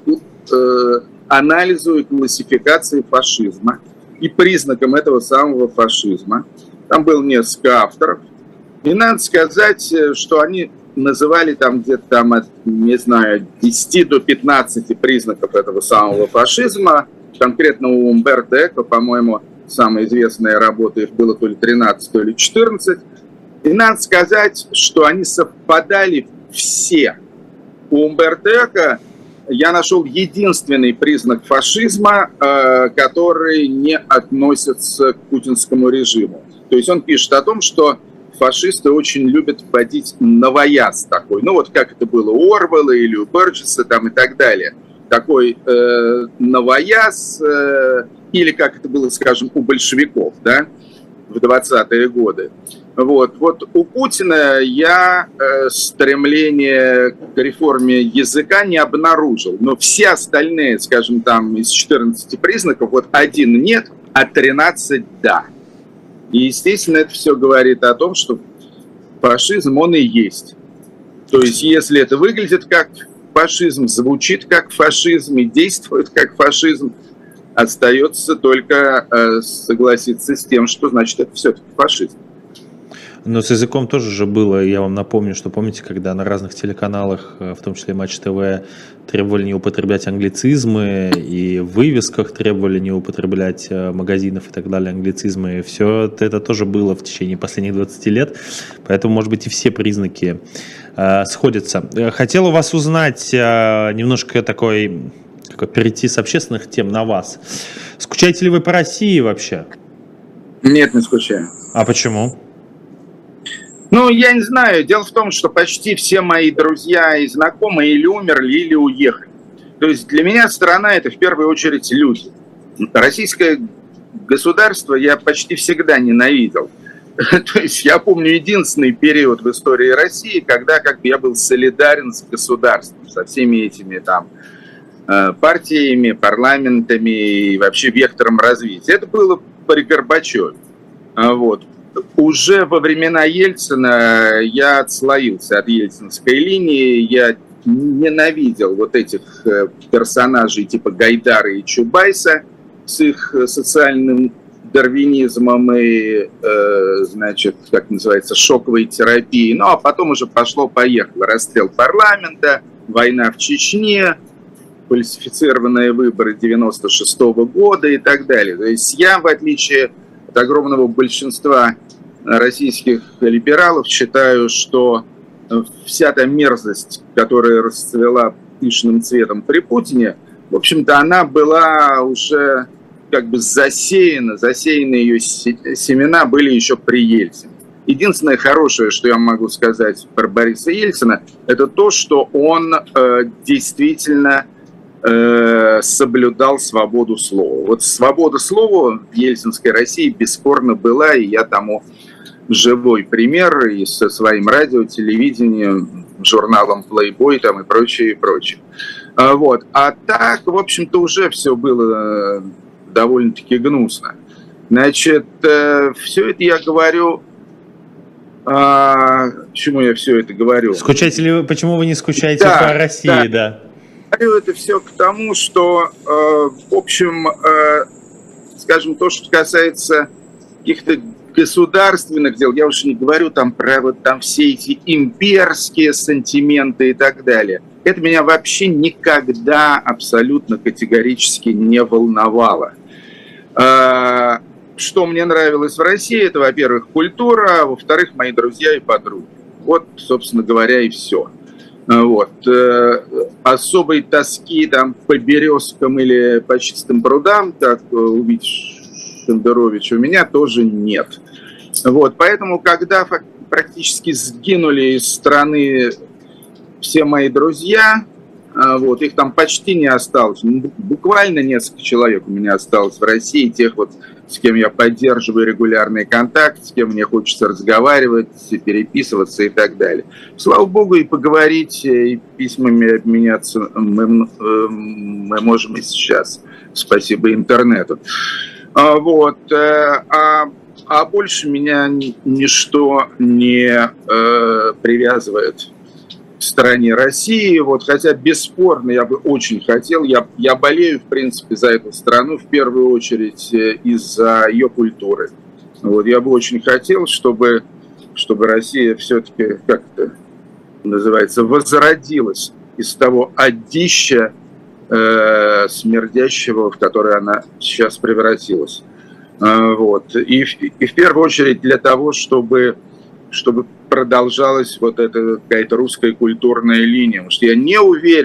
S2: анализу и классификации фашизма и признакам этого самого фашизма. Там было несколько авторов. И надо сказать, что они называли там где-то там от, не знаю, 10 до 15 признаков этого самого фашизма. Конкретно у Умберто Эко, по-моему, самая известная работа, их было то ли 13, то ли 14. И надо сказать, что они совпадали все. У Умберто Эко я нашел единственный признак фашизма, который не относится к путинскому режиму. То есть он пишет о том, что фашисты очень любят вводить новояз такой. Ну вот как это было у Орвелла или у Берджеса там и так далее. Такой новояз, или как это было, скажем, у большевиков, да, в 20-е годы. Вот у Путина я стремление к реформе языка не обнаружил, но все остальные, скажем, там из 14 признаков, вот один нет, а 13 да. И, естественно, это все говорит о том, что фашизм, он и есть. То есть, если это выглядит как фашизм, звучит как фашизм и действует как фашизм, остается только согласиться с тем, что значит это все-таки фашизм.
S1: Но с языком тоже же было, я вам напомню, что помните, когда на разных телеканалах, в том числе Матч ТВ, требовали не употреблять англицизмы, и в вывесках требовали не употреблять магазинов и так далее англицизмы, и все это тоже было в течение последних 20 лет, поэтому, может быть, и все признаки сходятся. Хотел у вас узнать немножко такой как вот перейти с общественных тем на вас. Скучаете ли вы по России вообще?
S2: Нет, не скучаю.
S1: А почему?
S2: Ну, я не знаю. Дело в том, что почти все мои друзья и знакомые или умерли, или уехали. То есть для меня страна – это в первую очередь люди. Российское государство я почти всегда ненавидел. То есть я помню единственный период в истории России, когда как бы я был солидарен с государством, со всеми этими там партиями, парламентами и вообще вектором развития. Это было при Горбачеве. Вот. Уже во времена Ельцина я отслоился от ельцинской линии, я ненавидел вот этих персонажей типа Гайдара и Чубайса с их социальным дарвинизмом и, значит, как называется, шоковой терапией. Ну, а потом уже пошло-поехало. Расстрел парламента, война в Чечне, фальсифицированные выборы 96-го года и так далее. То есть я, в отличие от огромного большинства российских либералов, считаю, что вся та мерзость, которая расцвела пышным цветом при Путине, в общем-то, она была уже как бы засеяны ее семена были еще при Ельцине. Единственное хорошее, что я могу сказать про Бориса Ельцина, это то, что он действительно соблюдал свободу слова. Вот свобода слова в ельцинской России бесспорно была, и я тому живой пример и со своим радио, телевидением, журналом Playboy там, и прочее, и прочее. Вот. А так, в общем-то, уже все было довольно-таки гнусно. Значит, все это я говорю... Почему я все это говорю?
S1: Скучаете ли вы, почему вы не скучаете по России, да?
S2: Говорю это все к тому, что, в общем, скажем, то, что касается каких-то государственных дел, я уж не говорю там про вот там все эти имперские сантименты и так далее. Это меня вообще никогда абсолютно категорически не волновало. Что мне нравилось в России, это, во-первых, культура, а во-вторых, мои друзья и подруги. Вот, собственно говоря, и все. Вот. Особой тоски там по березкам или по чистым прудам, как увидишь Шендерович, у меня тоже нет. Вот. Поэтому, когда практически сгинули из страны все мои друзья, вот, их там почти не осталось. Буквально несколько человек у меня осталось в России, тех вот, с кем я поддерживаю регулярный контакт, с кем мне хочется разговаривать, переписываться и так далее. Слава богу, и поговорить, и письмами обменяться мы можем и сейчас. Спасибо интернету. Вот. А больше меня ничто не привязывает в стране России, вот, хотя бесспорно я бы очень хотел, я болею, в принципе, за эту страну, в первую очередь из-за ее культуры. Вот, я бы очень хотел, чтобы Россия все-таки, как это называется, возродилась из того адища смердящего, в которое она сейчас превратилась. Вот. И в первую очередь для того, чтобы продолжалась вот эта какая-то русская культурная линия. Потому что я не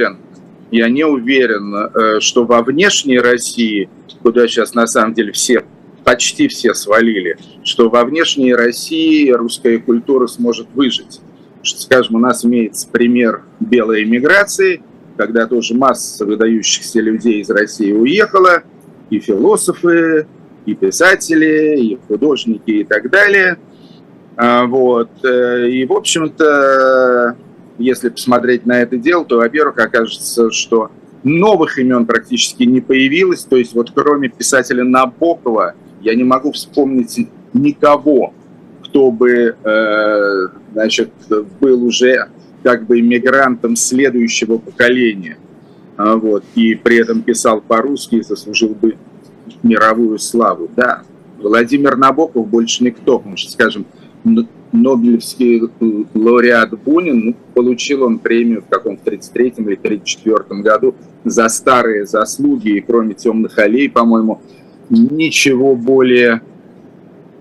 S2: уверен, что во внешней России, куда сейчас на самом деле почти все свалили, что во внешней России русская культура сможет выжить. Что, скажем, у нас имеется пример белой эмиграции, когда тоже масса выдающихся людей из России уехала, и философы, и писатели, и художники, и так далее. Вот. И, в общем-то, если посмотреть на это дело, то, во-первых, окажется, что новых имен практически не появилось. То есть вот кроме писателя Набокова я не могу вспомнить никого, кто бы, значит, был уже как бы иммигрантом следующего поколения. Вот. И при этом писал по-русски и заслужил бы мировую славу. Да, Владимир Набоков больше никто, потому что, скажем, Нобелевский лауреат Бунин, получил он премию в каком-то 33-м или 34-м году за старые заслуги, и кроме «Темных аллей», по-моему, ничего более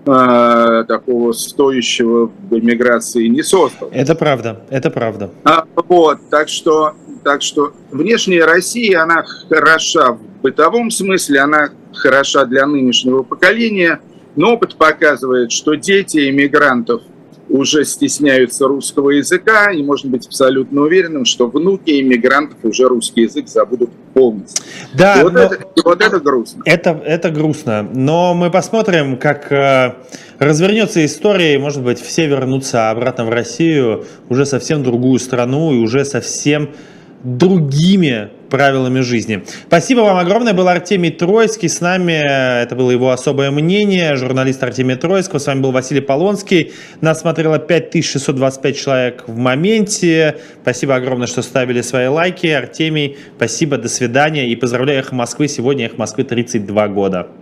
S2: такого стоящего в эмиграции не создал.
S1: Это правда, это правда.
S2: Вот, так что внешняя Россия, она хороша в бытовом смысле, она хороша для нынешнего поколения, но опыт показывает, что дети иммигрантов уже стесняются русского языка, и можно быть абсолютно уверенным, что внуки иммигрантов уже русский язык забудут полностью.
S1: Да,
S2: и вот это грустно.
S1: Это грустно, но мы посмотрим, как развернется история, и, может быть, все вернутся обратно в Россию, уже совсем другую страну и уже совсем другими правилами жизни. Спасибо вам огромное. Был Артемий Троицкий с нами. Это было его особое мнение. Журналист Артемия Троицкого. С вами был Василий Полонский. Нас смотрело 5625 человек в моменте. Спасибо огромное, что ставили свои лайки. Артемий, спасибо, до свидания. И поздравляю Эхо Москвы. Сегодня Эхо Москвы 32 года.